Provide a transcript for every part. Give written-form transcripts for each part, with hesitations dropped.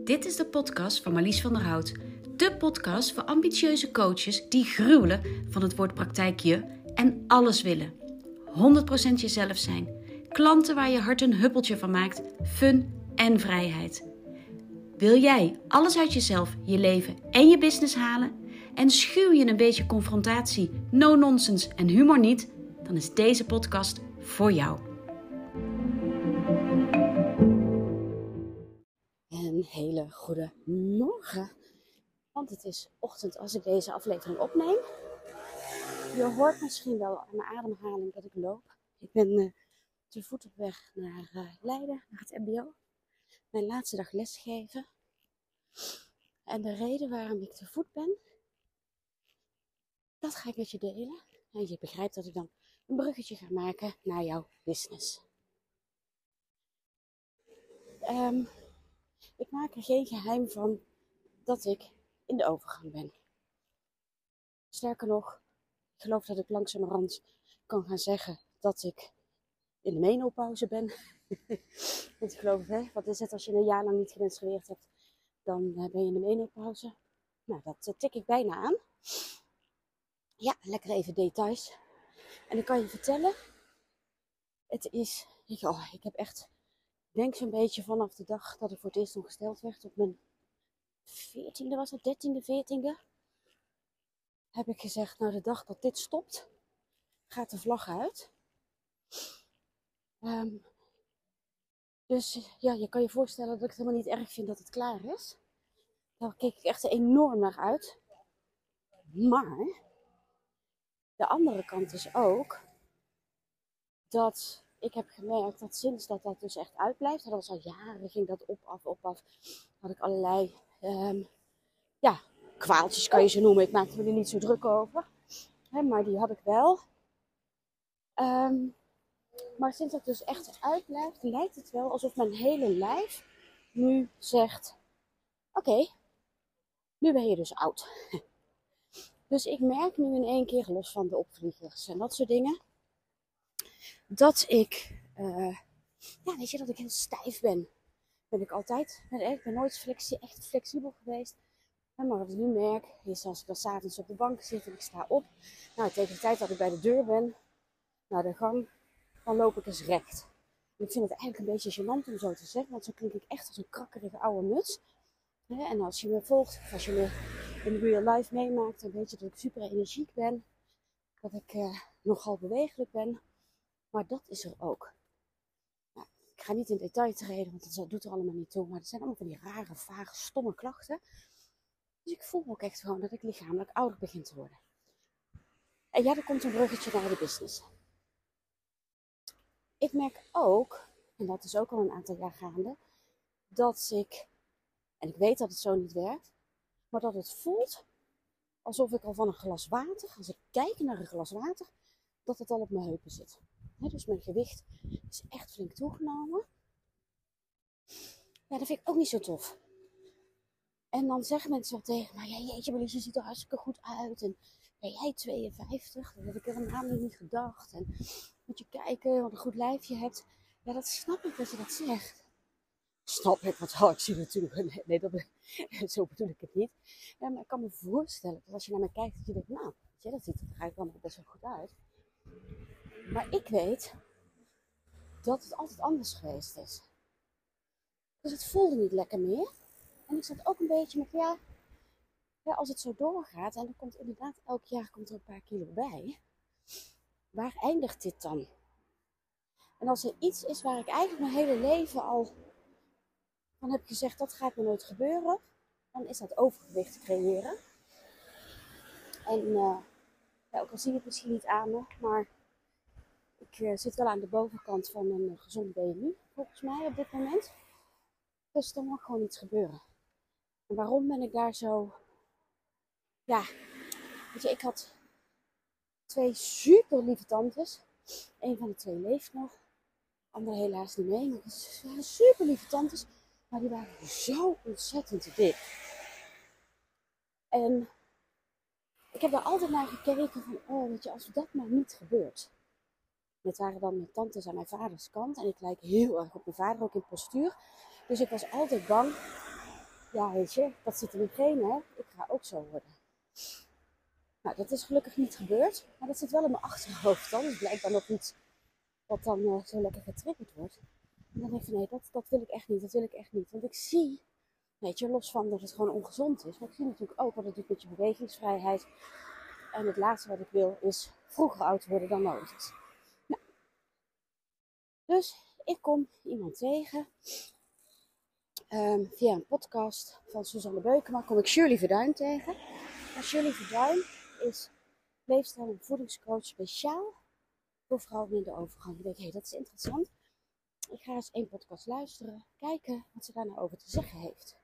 Dit is de podcast van Marlies van der Hout. De podcast voor ambitieuze coaches die gruwelen van het woord praktijkje en alles willen. 100% jezelf zijn. Klanten waar je hart een huppeltje van maakt. Fun en vrijheid. Wil jij alles uit jezelf, je leven en je business halen? En schuw je een beetje confrontatie, no-nonsense en humor niet? Dan is deze podcast voor jou. Een hele goede morgen, want het is ochtend als ik deze aflevering opneem. Je hoort misschien wel aan mijn ademhaling dat ik loop. Ik ben te voet op weg naar Leiden, naar het mbo. Mijn laatste dag lesgeven. En de reden waarom ik te voet ben, dat ga ik met je delen. En je begrijpt dat ik dan een bruggetje ga maken naar jouw business. Ik maak er geen geheim van dat ik in de overgang ben. Sterker nog, ik geloof dat ik langzamerhand kan gaan zeggen dat ik in de menopauze ben. Want ik geloof, wat is het als je een jaar lang niet gemenstrueerd hebt, dan ben je in de menopauze. Nou, dat tik ik bijna aan. Ja, lekker even details. En ik kan je vertellen, het is, ik heb echt, denk zo'n beetje vanaf de dag dat ik voor het eerst ongesteld werd, op mijn 14e was het, 13e, 14e. Heb ik gezegd, nou de dag dat dit stopt, gaat de vlag uit. Dus ja, je kan je voorstellen dat ik het helemaal niet erg vind dat het klaar is. Daar keek ik echt enorm naar uit. Maar de andere kant is ook dat ik heb gemerkt dat sinds dat dus echt uitblijft, dat was al jaren, ging dat op, af, had ik allerlei kwaaltjes kan je ze noemen. Ik maakte me er niet zo druk over. Maar die had ik wel. Maar sinds dat dus echt uitblijft, lijkt het wel alsof mijn hele lijf nu zegt, oké, nu ben je dus oud. Dus ik merk nu in één keer, los van de opvliegers en dat soort dingen, dat ik, dat ik heel stijf ben. Ben ik altijd. Ik ben nooit echt flexibel geweest. Maar wat ik nu merk, is als ik dan 's avonds op de bank zit en ik sta op. Nou, tegen de tijd dat ik bij de deur ben, naar de gang, dan loop ik eens recht. En ik vind het eigenlijk een beetje gênant om zo te zeggen, want zo klink ik echt als een krakkerige oude muts. En als je me volgt, of als je me in real life meemaakt, dan weet je dat ik super energiek ben. Dat ik nogal bewegelijk ben. Maar dat is er ook. Nou, ik ga niet in detail treden, want dat doet er allemaal niet toe. Maar het zijn allemaal van die rare, vage, stomme klachten. Dus ik voel ook echt gewoon dat ik lichamelijk ouder begin te worden. En ja, er komt een bruggetje naar de business. Ik merk ook, en dat is ook al een aantal jaar gaande, dat ik, en ik weet dat het zo niet werkt, maar dat het voelt alsof ik al van een glas water, als ik kijk naar een glas water, dat het al op mijn heupen zit. Dus mijn gewicht is echt flink toegenomen. Ja, dat vind ik ook niet zo tof. En dan zeggen mensen wel tegen me, ja, jeetje Marlies, je ziet er hartstikke goed uit. En ben jij 52? Dat heb ik er een maand niet gedacht. En moet je kijken wat een goed lijfje hebt. Ja, dat snap ik dat je dat zegt. Snap ik, want ik zie natuurlijk, zo bedoel ik het niet. Ja, maar ik kan me voorstellen dat als je naar me kijkt, dat je denkt, nou, dat ziet er eigenlijk allemaal best wel goed uit. Maar ik weet dat het altijd anders geweest is. Dus het voelde niet lekker meer. En ik zat ook een beetje met, ja, als het zo doorgaat, en er komt inderdaad elk jaar komt er een paar kilo bij. Waar eindigt dit dan? En als er iets is waar ik eigenlijk mijn hele leven al van heb gezegd, dat gaat me nooit gebeuren, dan is dat overgewicht creëren. En ook al zie je het misschien niet aan me, maar ik zit wel aan de bovenkant van een gezond BMI, volgens mij op dit moment. Dus er mag gewoon iets gebeuren. En waarom ben ik daar zo... Ja, weet je, ik had 2 super lieve tantes. Een van de 2 leeft nog. De andere helaas niet mee. Maar het waren super lieve tantes. Maar die waren zo ontzettend dik. En ik heb daar altijd naar gekeken van, oh weet je, als dat maar niet gebeurt. Het waren dan mijn tantes aan mijn vaders kant. En ik lijk heel erg op mijn vader, ook in postuur. Dus ik was altijd bang ja, weet je, dat zit er in geen, hè. Ik ga ook zo worden. Nou, dat is gelukkig niet gebeurd. Maar dat zit wel in mijn achterhoofd dan. Dus blijkbaar nog iets wat dan zo lekker getriggerd wordt. En dan denk ik van nee, dat wil ik echt niet. Dat wil ik echt niet. Want ik zie, weet je, los van dat het gewoon ongezond is. Maar ik zie natuurlijk ook wat het doet met je bewegingsvrijheid. En het laatste wat ik wil is vroeger oud worden dan nodig is. Nou, dus ik kom iemand tegen. Via een podcast van Suzanne Beukema kom ik Shirley Verduin tegen. En Shirley Verduin is leefstijl- en voedingscoach speciaal voor vrouwen in de overgang. Ik denk, hé, dat is interessant. Ik ga eens één podcast luisteren, kijken wat ze daar nou over te zeggen heeft.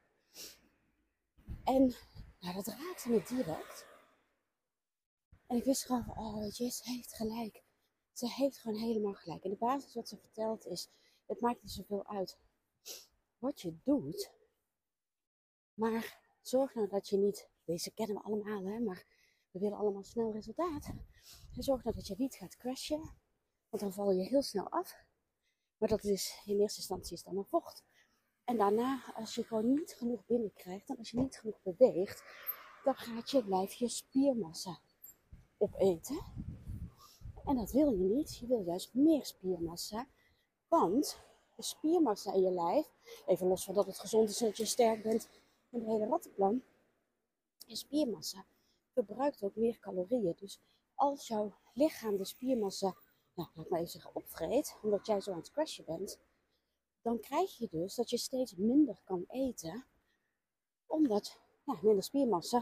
En nou, dat raakte me direct. En ik wist gewoon van, oh weet je, ze heeft gelijk. Ze heeft gewoon helemaal gelijk. En de basis wat ze vertelt is, het maakt niet zoveel uit wat je doet. Maar zorg nou dat je niet, deze kennen we allemaal hè, maar we willen allemaal snel resultaat. En zorg nou dat je niet gaat crashen, want dan val je heel snel af. Maar dat is, in eerste instantie is dan maar vocht. En daarna, als je gewoon niet genoeg binnenkrijgt, en als je niet genoeg beweegt, dan gaat je lijf je spiermassa opeten. En dat wil je niet. Je wil juist meer spiermassa. Want de spiermassa in je lijf, even los van dat het gezond is en dat je sterk bent en de hele rattenplan, je spiermassa verbruikt ook meer calorieën. Dus als jouw lichaam de spiermassa, nou, laat maar even zeggen, opvreet, omdat jij zo aan het crashen bent, dan krijg je dus dat je steeds minder kan eten, omdat minder spiermassa,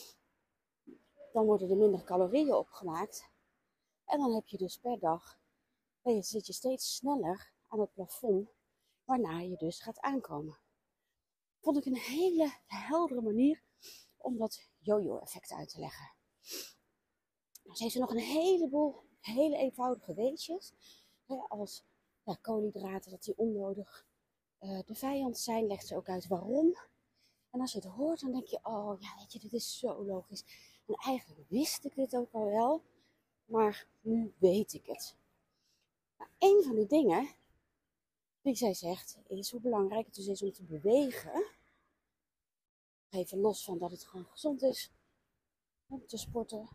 dan worden er minder calorieën opgemaakt. En dan heb je dus per dag, zit je steeds sneller aan het plafond, waarna je dus gaat aankomen. Vond ik een hele heldere manier om dat yo-yo-effect uit te leggen. Nou, ze heeft er nog een heleboel hele eenvoudige weetjes. Als koolhydraten, dat die onnodig de vijand zijn, legt ze ook uit waarom. En als je het hoort, dan denk je, oh ja, weet je, dit is zo logisch. En eigenlijk wist ik dit ook al wel, maar nu weet ik het. Nou, een van de dingen die zij zegt, is hoe belangrijk het dus is om te bewegen. Even los van dat het gewoon gezond is om te sporten.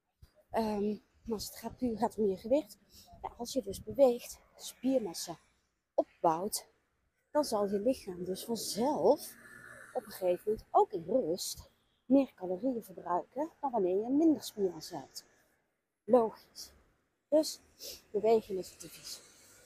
Maar als het gaat om je gewicht. Ja, als je dus beweegt, spiermassa opbouwt, dan zal je lichaam dus vanzelf op een gegeven moment ook in rust meer calorieën verbruiken dan wanneer je minder spiermassa hebt. Logisch. Dus bewegen is het advies.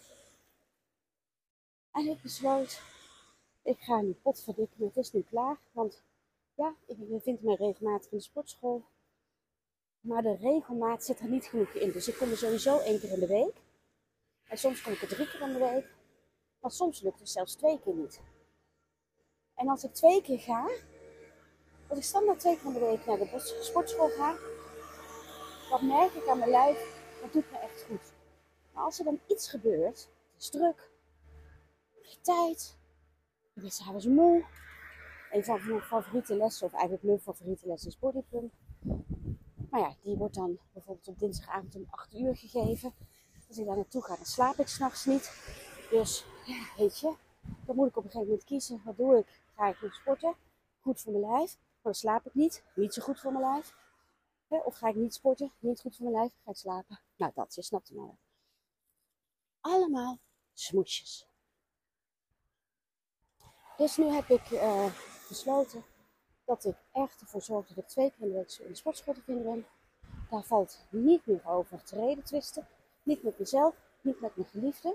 En ik besloot, ik ga nu potverdikken, het is nu klaar. Want ja, ik bevind me regelmatig in de sportschool. Maar de regelmaat zit er niet genoeg in. Dus ik kom er sowieso 1 keer in de week. En soms kom ik er 3 keer in de week. Maar soms lukt het zelfs 2 keer niet. En als ik 2 keer ga, als ik standaard 2 keer in de week naar de sportschool ga, dan merk ik aan mijn lijf, dat doet me echt goed. Maar als er dan iets gebeurt, het is druk, geen tijd, ik ben s'avonds moe. Een van mijn favoriete lessen, of eigenlijk mijn favoriete les, is bodypump. Maar ja, die wordt dan bijvoorbeeld op dinsdagavond om 8 uur gegeven. Als ik daar naartoe ga, dan slaap ik s'nachts niet. Dus ja, weet je, dan moet ik op een gegeven moment kiezen. Wat doe ik? Ga ik nu sporten? Goed voor mijn lijf. Maar dan slaap ik niet. Niet zo goed voor mijn lijf. Of ga ik niet sporten? Niet goed voor mijn lijf. Ga ik slapen? Nou, dat, je snapt het maar. Allemaal smoesjes. Dus nu heb ik besloten dat ik echt ervoor zorg dat ik 2 keer in de week in de sportschool te vinden ben. Daar valt niet meer over te reden twisten. Niet met mezelf, niet met mijn geliefde.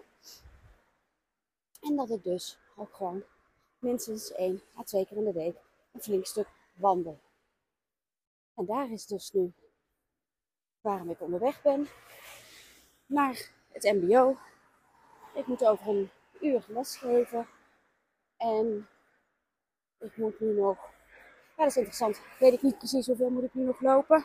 En dat ik dus ook gewoon minstens 1 à 2 keer in de week een flink stuk wandel. En daar is dus nu waarom ik onderweg ben naar het mbo. Ik moet over een uur lesgeven. En ik moet nu nog, ja dat is interessant, weet ik niet precies hoeveel moet ik nu nog lopen.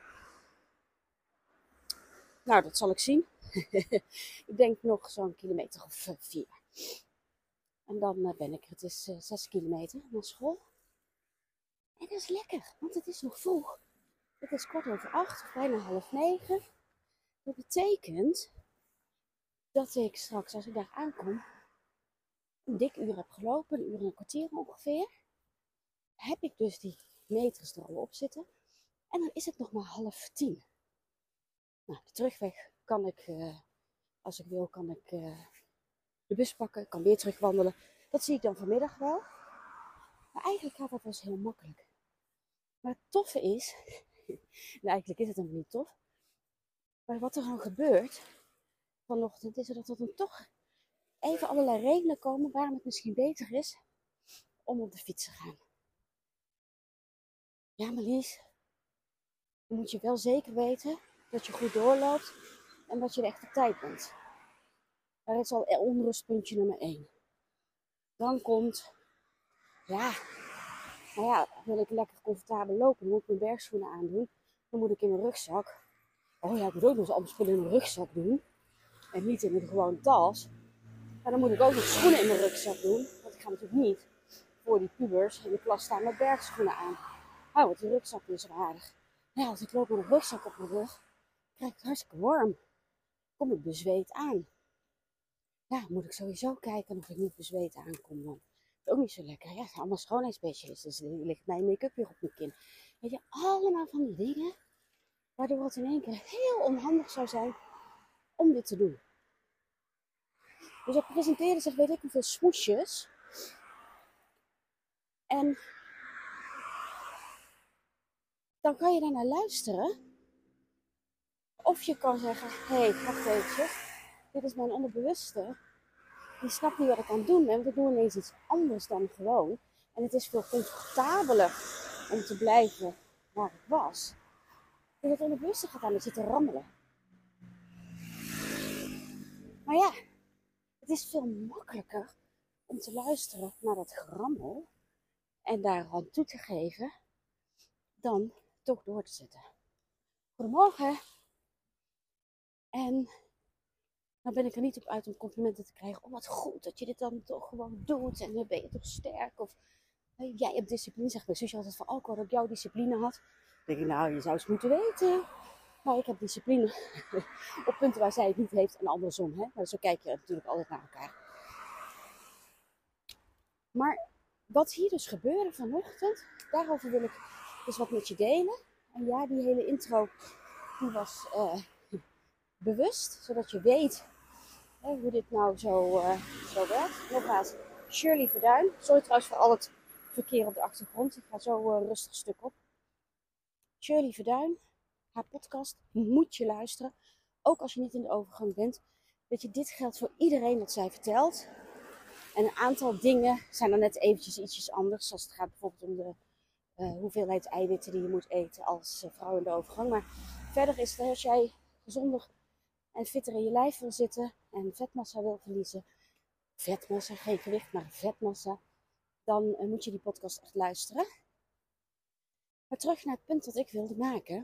Nou, dat zal ik zien. Ik denk nog zo'n kilometer of 4. En dan ben ik, het is 6 kilometer naar school. En dat is lekker, want het is nog vroeg. Het is 8:15 of bijna 8:30. Dat betekent dat ik straks, als ik daar aankom, een dik uur heb gelopen. 1 uur en een kwartier ongeveer. heb ik dus die meters er al op zitten. En dan is het nog maar 9:30. Nou, de terugweg kan ik, als ik wil, kan ik de bus pakken. Ik kan weer terugwandelen. Dat zie ik dan vanmiddag wel. Maar eigenlijk gaat dat wel eens heel makkelijk. Maar het toffe is, en eigenlijk is het helemaal niet tof. Maar wat er dan gebeurt vanochtend is dat er dan toch even allerlei redenen komen waarom het misschien beter is om op de fiets te gaan. Ja, Marlies, dan moet je wel zeker weten dat je goed doorloopt en dat je de echte tijd bent. Dat is al onrustpuntje nummer 1. Dan komt, wil ik lekker comfortabel lopen, dan moet ik mijn bergschoenen aandoen. Dan moet ik in mijn rugzak. Oh ja, ik moet ook nog eens allemaal spullen in mijn rugzak doen. En niet in een gewone tas. Maar dan moet ik ook nog schoenen in mijn rugzak doen. Want ik ga natuurlijk niet voor die pubers in de klas staan met bergschoenen aan. Oh, want die rugzak is aardig. Ja, als ik loop met een rugzak op mijn rug, krijg ik het hartstikke warm. Kom ik bezweet aan. Ja, moet ik sowieso kijken of ik niet bezweet aankom dan. Dat is ook niet zo lekker. Ja, het zijn allemaal schoonheidsspecialisten. Dus er ligt mijn make-up weer op mijn kin. Weet je, allemaal van die dingen. Waardoor het in één keer heel onhandig zou zijn om dit te doen. Dus ik presenteerde zich weet ik hoeveel smoesjes. En dan kan je daarnaar luisteren. Of je kan zeggen, hé, wacht eventjes. Dit is mijn onderbewuste. Die snapt niet wat ik aan het doen ben. Want ik doe ineens iets anders dan gewoon. En het is veel comfortabeler om te blijven waar ik was. Dus het onderbewuste gaat aan me zitten rammelen. Maar ja, het is veel makkelijker om te luisteren naar dat gerammel. En daar aan toe te geven. Dan toch door te zetten. Goedemorgen. En dan ben ik er niet op uit om complimenten te krijgen. Oh, wat goed dat je dit dan toch gewoon doet. En dan ben je toch sterk. Of jij hebt discipline. Zegt mijn zusje altijd van, oh, ik wou dat ik jouw discipline had. Dan denk ik, nou, je zou het moeten weten. Maar ik heb discipline op punten waar zij het niet heeft. En andersom, hè. Maar zo kijk je natuurlijk altijd naar elkaar. Maar wat hier dus gebeurde vanochtend, daarover wil ik dus wat met je delen. En ja, die hele intro, die was bewust. Zodat je weet hoe dit nou zo werkt. Nogmaals, Shirley Verduin. Sorry trouwens voor al het verkeer op de achtergrond. Ik ga zo rustig stuk op. Shirley Verduin, haar podcast moet je luisteren. Ook als je niet in de overgang bent. Weet je, dit geldt voor iedereen wat zij vertelt. En een aantal dingen zijn dan net eventjes ietsjes anders. Als het gaat bijvoorbeeld om de hoeveelheid eiwitten die je moet eten als vrouw in de overgang. Maar verder is het, als jij gezonder en fitter in je lijf wil zitten en vetmassa wil verliezen. Vetmassa, geen gewicht, maar vetmassa. Dan moet je die podcast echt luisteren. Maar terug naar het punt dat ik wilde maken.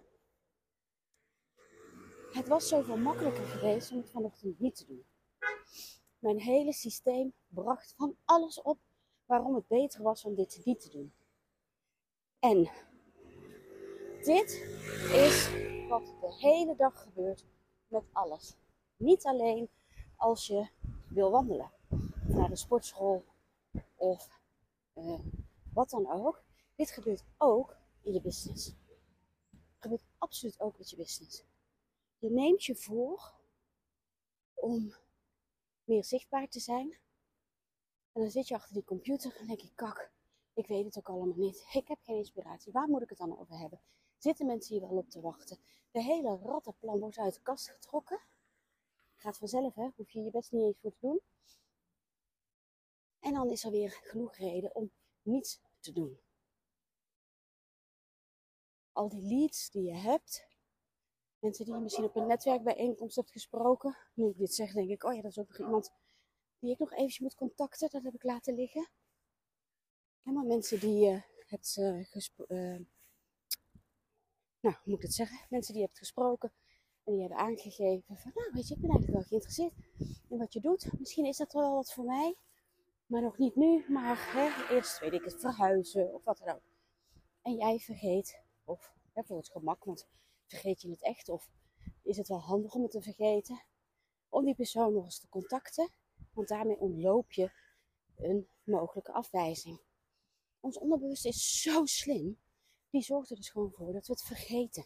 Het was zoveel makkelijker geweest om het vanochtend niet te doen. Mijn hele systeem bracht van alles op waarom het beter was om dit niet te doen. En dit is wat de hele dag gebeurt met alles. Niet alleen als je wil wandelen, naar de sportschool of wat dan ook. Dit gebeurt ook in je business. Het gebeurt absoluut ook met je business. Je neemt je voor om meer zichtbaar te zijn. En dan zit je achter die computer en denk je, kak, ik weet het ook allemaal niet. Ik heb geen inspiratie. Waar moet ik het dan over hebben? Zitten mensen hier wel op te wachten? De hele rattenplan wordt uit de kast getrokken. Gaat vanzelf, hè? Hoef je je best niet eens voor te doen. En dan is er weer genoeg reden om niets te doen. Al die leads die je hebt, mensen die je misschien op een netwerkbijeenkomst hebt gesproken. Nu ik dit zeg, denk ik, oh ja, dat is ook nog iemand die ik nog eventjes moet contacten. Dat heb ik laten liggen. Ja, maar mensen die je hebt hoe moet ik het zeggen? Mensen die je hebt gesproken en die hebben aangegeven van, nou weet je, ik ben eigenlijk wel geïnteresseerd in wat je doet. Misschien is dat wel wat voor mij, maar nog niet nu. Maar eerst weet ik het, verhuizen of wat dan ook. En jij vergeet, of voor het gemak, want vergeet je het echt of is het wel handig om het te vergeten, om die persoon nog eens te contacten. Want daarmee ontloop je een mogelijke afwijzing. Ons onderbewuste is zo slim. Die zorgt er dus gewoon voor dat we het vergeten.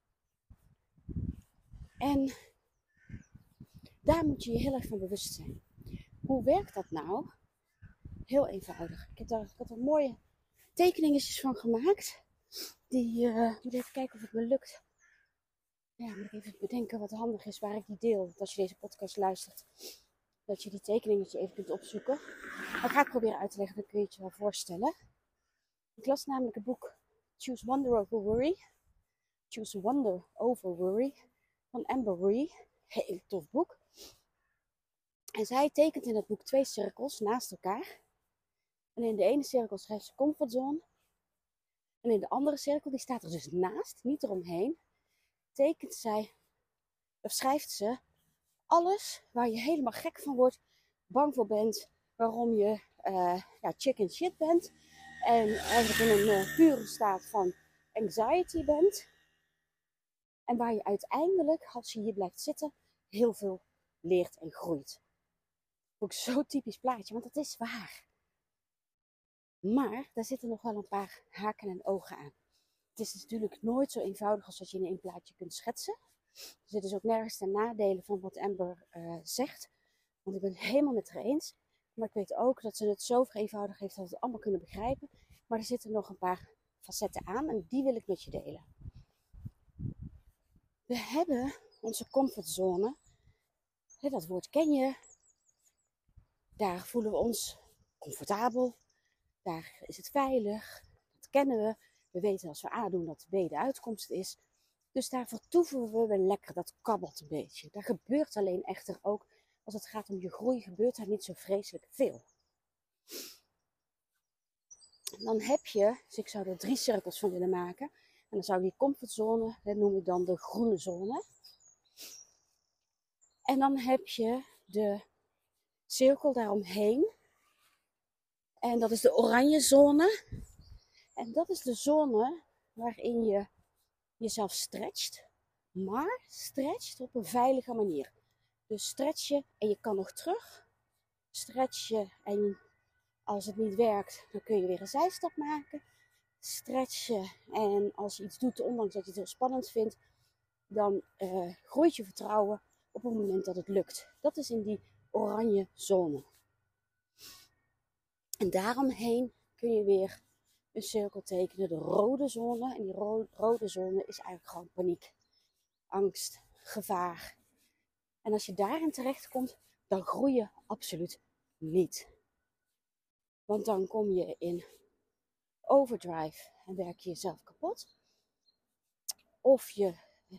En daar moet je je heel erg van bewust zijn. Hoe werkt dat nou? Heel eenvoudig. Ik had er mooie tekeningetjes van gemaakt. Die moet even kijken of het me lukt. Ja, moet ik even bedenken wat handig is waar ik die deel. Want als je deze podcast luistert, dat je die tekeningetje even kunt opzoeken. Maar ik ga het proberen uit te leggen, dan kun je het je wel voorstellen. Ik las namelijk het boek Choose Wonder Over Worry. Choose Wonder Over Worry van Amber Ree. Heel tof boek. En zij tekent in het boek 2 cirkels naast elkaar. En in de ene cirkel schrijft ze comfortzone. En in de andere cirkel, die staat er dus naast, niet eromheen, tekent zij, of schrijft ze alles waar je helemaal gek van wordt, bang voor bent, waarom je chicken shit bent. En eigenlijk in een pure staat van anxiety bent. En waar je uiteindelijk, als je hier blijft zitten, heel veel leert en groeit. Ook zo'n typisch plaatje, want dat is waar. Maar daar zitten nog wel een paar haken en ogen aan. Het is natuurlijk nooit zo eenvoudig als dat je in één plaatje kunt schetsen. Er zitten dus ook nergens ten nadele van wat Amber zegt. Want ik ben het helemaal met haar eens. Maar ik weet ook dat ze het zo vereenvoudigd heeft dat we het allemaal kunnen begrijpen. Maar er zitten nog een paar facetten aan en die wil ik met je delen. We hebben onze comfortzone. Dat woord ken je. Daar voelen we ons comfortabel. Daar is het veilig. Dat kennen we. We weten als we A doen dat B de uitkomst is. Dus daar vertoeven we wel lekker. Dat kabbelt een beetje. Daar gebeurt alleen echter ook, als het gaat om je groei, gebeurt daar niet zo vreselijk veel. En dan heb je, dus ik zou er 3 cirkels van willen maken. En dan zou die comfortzone, dat noem ik dan de groene zone. En dan heb je de cirkel daaromheen. En dat is de oranje zone. En dat is de zone waarin je jezelf stretcht. Maar stretcht op een veilige manier. Dus stretch je en je kan nog terug. Stretch je en als het niet werkt, dan kun je weer een zijstap maken. Stretch je en als je iets doet, ondanks dat je het heel spannend vindt, dan groeit je vertrouwen op het moment dat het lukt. Dat is in die oranje zone. En daaromheen kun je weer een cirkel tekenen, de rode zone. En die rode zone is eigenlijk gewoon paniek, angst, gevaar. En als je daarin terechtkomt, dan groei je absoluut niet. Want dan kom je in overdrive en werk je jezelf kapot. Of je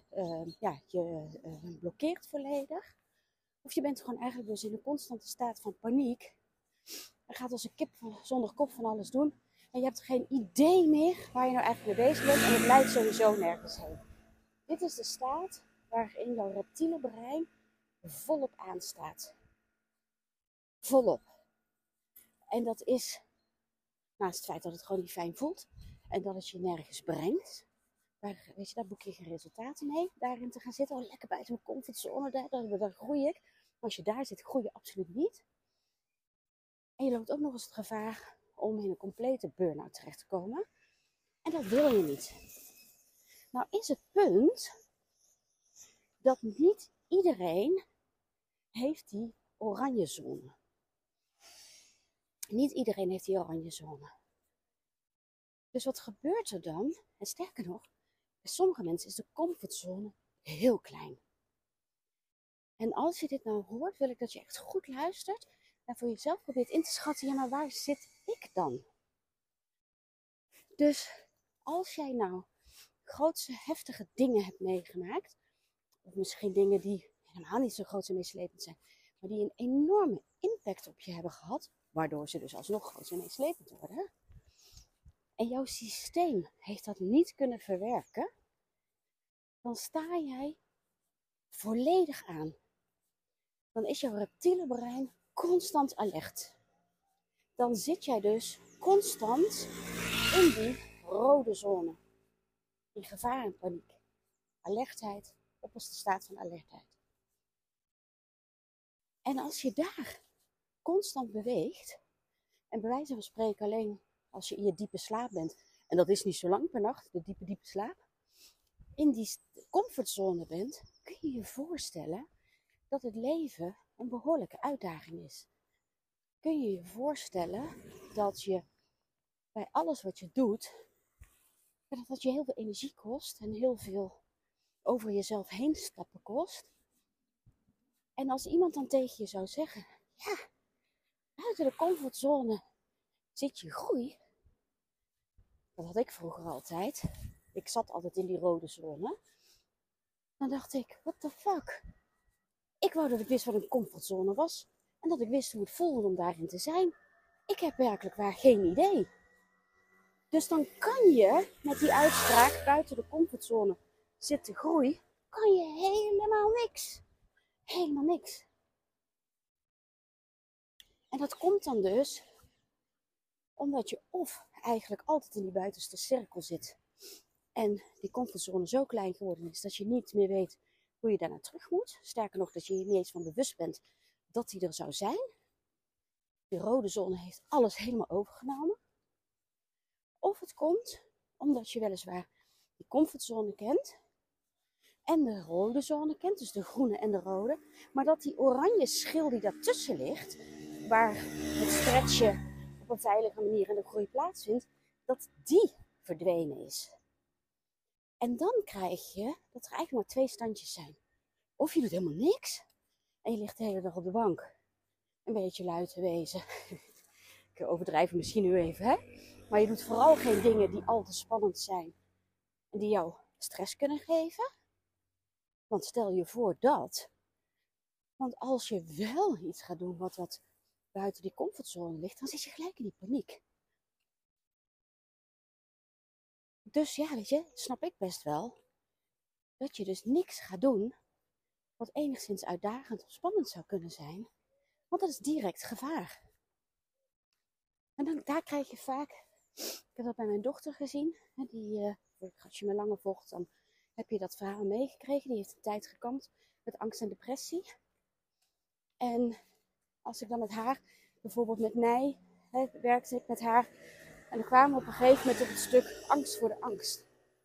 blokkeert volledig. Of je bent gewoon eigenlijk dus in een constante staat van paniek. En gaat als een kip zonder kop van alles doen. En je hebt geen idee meer waar je nou eigenlijk mee bezig bent. En het leidt sowieso nergens heen. Dit is de staat waarin jouw reptiele brein volop aanstaat. Volop. En dat is, naast het feit dat het gewoon niet fijn voelt. En dat het je nergens brengt. Daar boek je geen resultaten mee. Daarin te gaan zitten. Oh, lekker buiten mijn comfortzone. Daar groei ik. Maar als je daar zit, groei je absoluut niet. En je loopt ook nog eens het gevaar om in een complete burn-out terecht te komen. En dat wil je niet. Nou is het punt dat niet iedereen heeft die oranje zone. Niet iedereen heeft die oranje zone. Dus wat gebeurt er dan? En sterker nog, bij sommige mensen is de comfortzone heel klein. En als je dit nou hoort, wil ik dat je echt goed luistert en voor jezelf probeert in te schatten, ja, maar waar zit ik dan? Dus als jij nou grootse, heftige dingen hebt meegemaakt, of misschien dingen die helemaal niet zo groot en meeslepend zijn, maar die een enorme impact op je hebben gehad, waardoor ze dus alsnog groot en meeslepend worden, en jouw systeem heeft dat niet kunnen verwerken, dan sta jij volledig aan. Dan is jouw reptiele brein constant alert. Dan zit jij dus constant in die rode zone. In gevaar en paniek. Alertheid, opperste staat van alertheid. En als je daar constant beweegt, en bij wijze van spreken alleen als je in je diepe slaap bent, en dat is niet zo lang per nacht, de diepe slaap, in die comfortzone bent, kun je je voorstellen dat het leven een behoorlijke uitdaging is. Kun je je voorstellen dat je bij alles wat je doet, dat je heel veel energie kost en heel veel over jezelf heen stappen kost. En als iemand dan tegen je zou zeggen, ja, buiten de comfortzone zit je groei. Dat had ik vroeger altijd. Ik zat altijd in die rode zone. Dan dacht ik, what the fuck? Ik wou dat ik wist wat een comfortzone was. En dat ik wist hoe het voelde om daarin te zijn. Ik heb werkelijk waar geen idee. Dus dan kan je met die uitspraak buiten de comfortzone zit de groei, kan je helemaal niks. Helemaal niks. En dat komt dan dus omdat je of eigenlijk altijd in die buitenste cirkel zit. En die comfortzone zo klein geworden is dat je niet meer weet hoe je daarna terug moet. Sterker nog, dat je je niet eens van bewust bent dat die er zou zijn. Die rode zone heeft alles helemaal overgenomen. Of het komt omdat je weliswaar die comfortzone kent en de rode zone kent, dus de groene en de rode. Maar dat die oranje schil die daartussen ligt, waar het stretchen op een veilige manier en de groei plaatsvindt, dat die verdwenen is. En dan krijg je dat er eigenlijk maar 2 standjes zijn. Of je doet helemaal niks en je ligt de hele dag op de bank. Een beetje lui te wezen. Ik overdrijf misschien nu even, hè? Maar je doet vooral geen dingen die al te spannend zijn en die jou stress kunnen geven. Want stel je voor dat. Want als je wel iets gaat doen wat buiten die comfortzone ligt, dan zit je gelijk in die paniek. Dus ja, weet je, snap ik best wel. Dat je dus niks gaat doen wat enigszins uitdagend of spannend zou kunnen zijn. Want dat is direct gevaar. En daar krijg je vaak, ik heb dat bij mijn dochter gezien. Als je me langer volgt, dan heb je dat verhaal meegekregen. Die heeft een tijd gekampt met angst en depressie. En als ik dan met haar, bijvoorbeeld met Nij, werkte ik met haar. En dan kwamen we op een gegeven moment op het stuk angst voor de angst.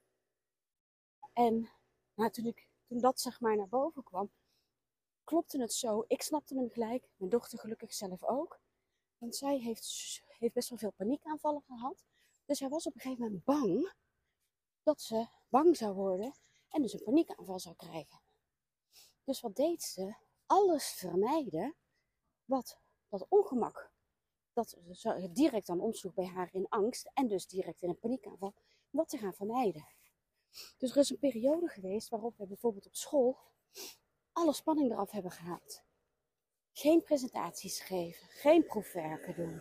En toen dat zeg maar naar boven kwam, klopte het zo. Ik snapte hem gelijk, mijn dochter gelukkig zelf ook. Want zij heeft best wel veel paniekaanvallen gehad. Dus hij was op een gegeven moment bang dat ze bang zou worden en dus een paniekaanval zou krijgen. Dus wat deed ze? Alles vermijden wat dat ongemak, dat direct dan omsloeg bij haar in angst en dus direct in een paniekaanval, wat te gaan vermijden. Dus er is een periode geweest waarop we bijvoorbeeld op school alle spanning eraf hebben gehaald. Geen presentaties geven, geen proefwerken doen.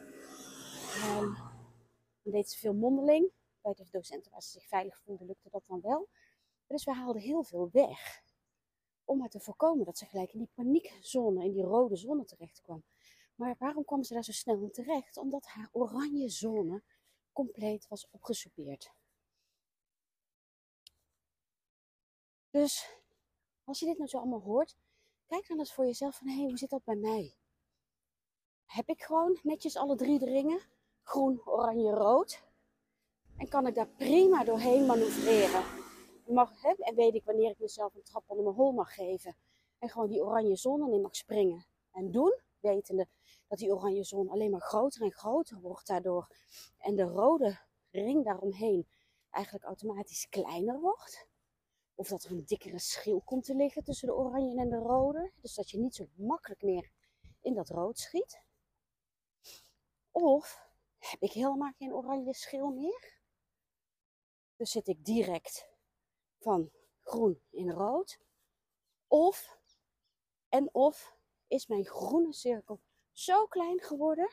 Dan deed ze veel mondeling. Bij de docenten waar ze zich veilig voelden lukte dat dan wel. Dus we haalden heel veel weg. Om maar te voorkomen dat ze gelijk in die paniekzone, in die rode zone terecht kwam. Maar waarom kwam ze daar zo snel in terecht? Omdat haar oranje zone compleet was opgesoupeerd. Dus als je dit nou zo allemaal hoort, kijk dan eens voor jezelf van, hoe zit dat bij mij? Heb ik gewoon netjes alle 3 de ringen? Groen, oranje, rood. En kan ik daar prima doorheen manoeuvreren. En weet ik wanneer ik mezelf een trap onder mijn hol mag geven. En gewoon die oranje zone in mag springen. En doen, wetende dat die oranje zone alleen maar groter en groter wordt daardoor. En de rode ring daaromheen eigenlijk automatisch kleiner wordt. Of dat er een dikkere schil komt te liggen tussen de oranje en de rode. Dus dat je niet zo makkelijk meer in dat rood schiet. Of heb ik helemaal geen oranje schil meer. Dus zit ik direct van groen in rood. Of is mijn groene cirkel zo klein geworden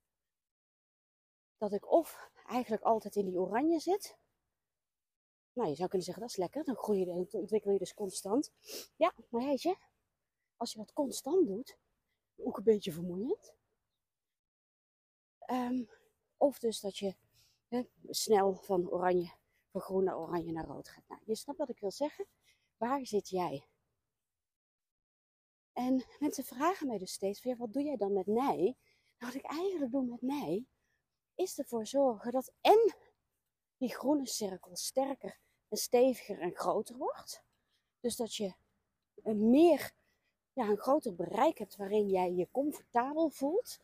dat ik of eigenlijk altijd in die oranje zit. Nou, je zou kunnen zeggen, dat is lekker. Dan ontwikkel je dus constant. Ja, maar weet je, als je dat constant doet, ook een beetje vermoeiend. Of dus dat je snel van groen naar oranje naar rood gaat. Nou, je snapt wat ik wil zeggen. Waar zit jij? En mensen vragen mij dus steeds van, wat doe jij dan met Nij? Nou, wat ik eigenlijk doe met Nij, is ervoor zorgen dat en die groene cirkel sterker en steviger en groter wordt. Dus dat je een groter bereik hebt waarin jij je comfortabel voelt.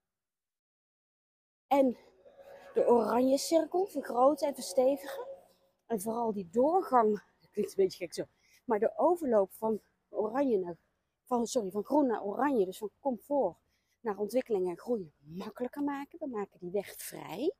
En de oranje cirkel vergroten en verstevigen. En vooral die doorgang, dat klinkt een beetje gek zo, maar de overloop van groen naar oranje, dus van comfort naar ontwikkeling en groei makkelijker maken. We maken die weg vrij.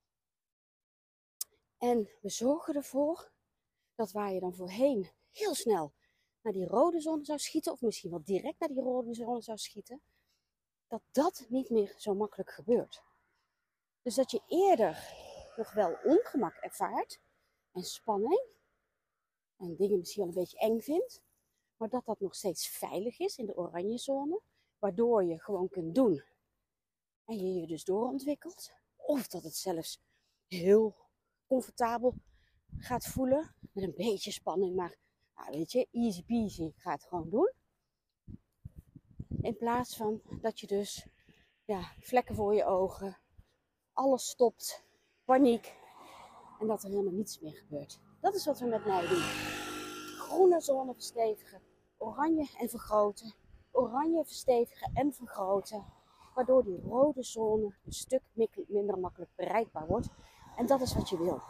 En we zorgen ervoor dat waar je dan voorheen heel snel naar die rode zone zou schieten, of misschien wel direct naar die rode zone zou schieten, dat dat niet meer zo makkelijk gebeurt. Dus dat je eerder nog wel ongemak ervaart en spanning en dingen misschien wel een beetje eng vindt, maar dat dat nog steeds veilig is in de oranje zone, waardoor je gewoon kunt doen en je je dus doorontwikkelt. Of dat het zelfs heel comfortabel gaat voelen, met een beetje spanning, maar weet je, easy peasy, ga het gewoon doen. In plaats van dat je dus vlekken voor je ogen, alles stopt, paniek en dat er helemaal niets meer gebeurt. Dat is wat we met mij doen. Groene zone verstevigen, oranje en vergroten, oranje verstevigen en vergroten, waardoor die rode zone een stuk minder makkelijk bereikbaar wordt. En dat is wat je wil.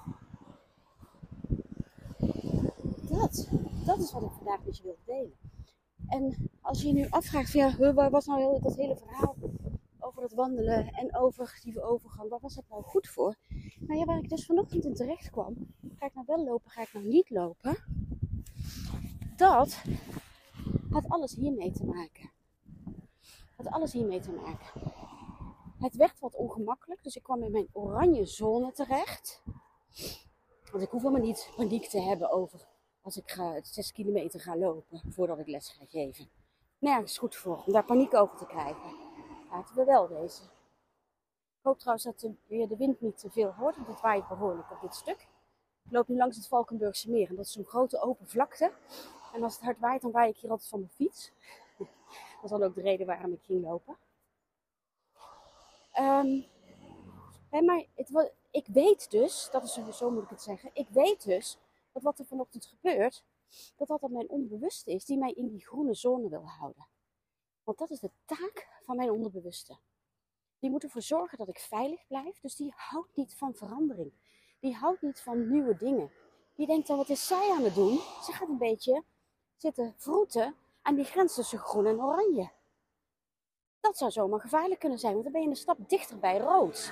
Dat is wat ik vandaag met je wil delen. En als je je nu afvraagt van waar was nou dat hele verhaal over het wandelen en over die overgang, waar was dat nou goed voor? Nou ja, waar ik dus vanochtend in terecht kwam, ga ik nou wel lopen, ga ik nou niet lopen? Dat had alles hiermee te maken. Het werd wat ongemakkelijk, dus ik kwam in mijn oranje zone terecht. Want ik hoef helemaal niet paniek te hebben over als ik 6 kilometer ga lopen voordat ik les ga geven. Nergens goed voor om daar paniek over te krijgen. Laten we wel wezen. Ik hoop trouwens dat de wind niet te veel hoort, want het waait behoorlijk op dit stuk. Ik loop nu langs het Valkenburgse meer en dat is zo'n grote open vlakte. En als het hard waait, dan waai ik hier altijd van mijn fiets. Dat is dan ook de reden waarom ik ging lopen. Maar ik weet dus, dat is sowieso moet ik het zeggen, ik weet dus dat wat er vanochtend gebeurt, dat mijn onbewuste is die mij in die groene zone wil houden. Want dat is de taak van mijn onderbewuste. Die moet ervoor zorgen dat ik veilig blijf, dus die houdt niet van verandering. Die houdt niet van nieuwe dingen. Die denkt dan, wat is zij aan het doen? Ze gaat een beetje zitten vroeten aan die grens tussen groen en oranje. Dat zou zomaar gevaarlijk kunnen zijn, want dan ben je een stap dichter bij rood.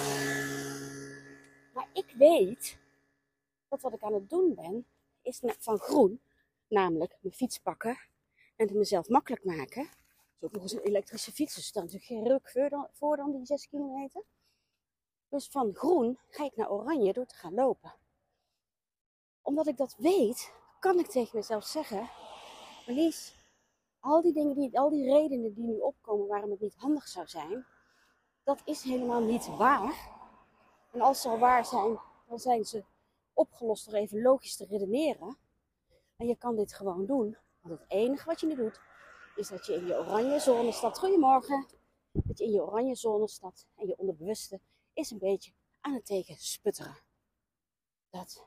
Maar ik weet dat wat ik aan het doen ben, is van groen, namelijk mijn fiets pakken en het mezelf makkelijk maken. Het is ook nog eens een elektrische fiets, dus er staat natuurlijk geen ruk voor dan die 6 kilometer. Dus van groen ga ik naar oranje door te gaan lopen. Omdat ik dat weet, kan ik tegen mezelf zeggen, Marlies, al die redenen die nu opkomen waarom het niet handig zou zijn, dat is helemaal niet waar. En als ze al waar zijn, dan zijn ze opgelost door even logisch te redeneren. En je kan dit gewoon doen. Want het enige wat je nu doet, is dat je in je oranje zone staat. Goedemorgen. Dat je in je oranje zone staat en je onderbewuste is een beetje aan het tegensputteren. Dat.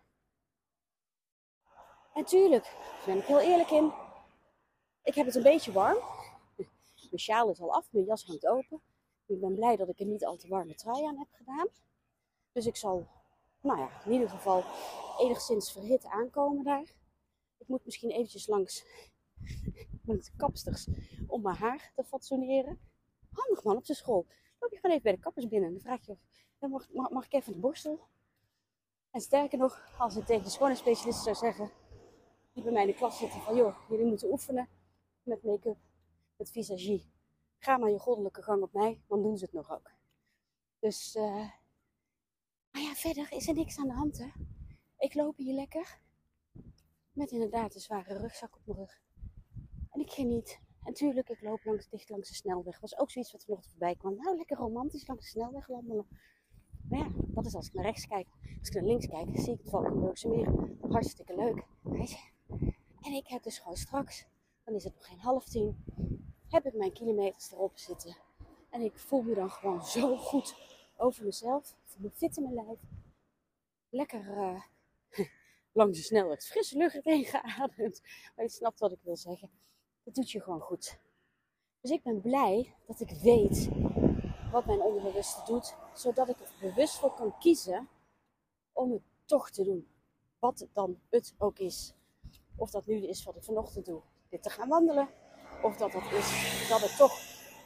En tuurlijk, daar ben ik heel eerlijk in. Ik heb het een beetje warm. Mijn sjaal is al af, mijn jas hangt open. Ik ben blij dat ik er niet al te warme trui aan heb gedaan. Dus ik zal, in ieder geval enigszins verhit aankomen daar. Ik moet misschien eventjes langs met de kapsters om mijn haar te fatsoeneren. Handig man, op de school. Loop je gewoon even bij de kappers binnen. Dan vraag je of, mag ik even de borstel? En sterker nog, als ik tegen de schoonheidsspecialist zou zeggen, die bij mij in de klas zitten van, joh, jullie moeten oefenen met make-up, met visagie. Ga maar je goddelijke gang op mij, dan doen ze het nog ook. Dus, maar ja, verder is er niks aan de hand, hè. Ik loop hier lekker, met inderdaad een zware rugzak op mijn rug. En ik geniet. En tuurlijk, ik loop dicht langs de snelweg. Was ook zoiets wat vanochtend voorbij kwam. Nou, lekker romantisch langs de snelweg wandelen. Maar ja, dat is als ik naar rechts kijk. Als ik naar links kijk, zie ik het Valkenburgse meer. Hartstikke leuk. Weet je? En ik heb dus gewoon straks, dan is het nog geen 9:30, heb ik mijn kilometers erop zitten. En ik voel me dan gewoon zo goed over mezelf. Ik voel me fit in mijn lijf. Lekker langs de snelweg frisse lucht heen geademd. Maar je snapt wat ik wil zeggen. Dat doet je gewoon goed. Dus ik ben blij dat ik weet wat mijn onderbewuste doet. Zodat ik er bewust voor kan kiezen om het toch te doen. Wat het dan het ook is. Of dat nu is wat ik vanochtend doe. Dit te gaan wandelen. Of dat het is dat ik toch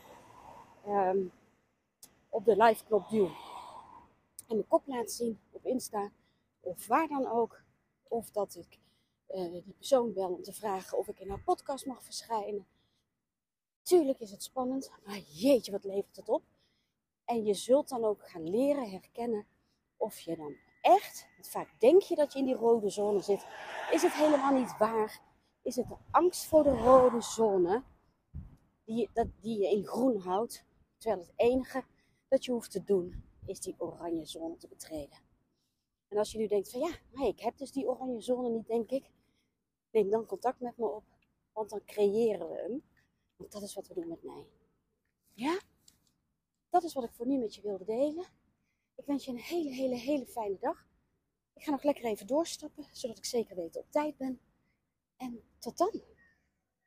op de live knop duw. En mijn kop laat zien op Insta. Of waar dan ook. Of dat ik die persoon bel om te vragen of ik in haar podcast mag verschijnen. Tuurlijk is het spannend. Maar jeetje, wat levert het op. En je zult dan ook gaan leren herkennen of je dan echt, want vaak denk je dat je in die rode zone zit, is het helemaal niet waar. Is het de angst voor de rode zone die je in groen houdt, terwijl het enige dat je hoeft te doen is die oranje zone te betreden. En als je nu denkt van ja, maar ik heb dus die oranje zone niet, denk ik, neem dan contact met me op, want dan creëren we hem. Want dat is wat we doen met mij. Ja? Dat is wat ik voor nu met je wilde delen. Ik wens je een hele fijne dag. Ik ga nog lekker even doorstappen, zodat ik zeker weet op tijd ben. En tot dan.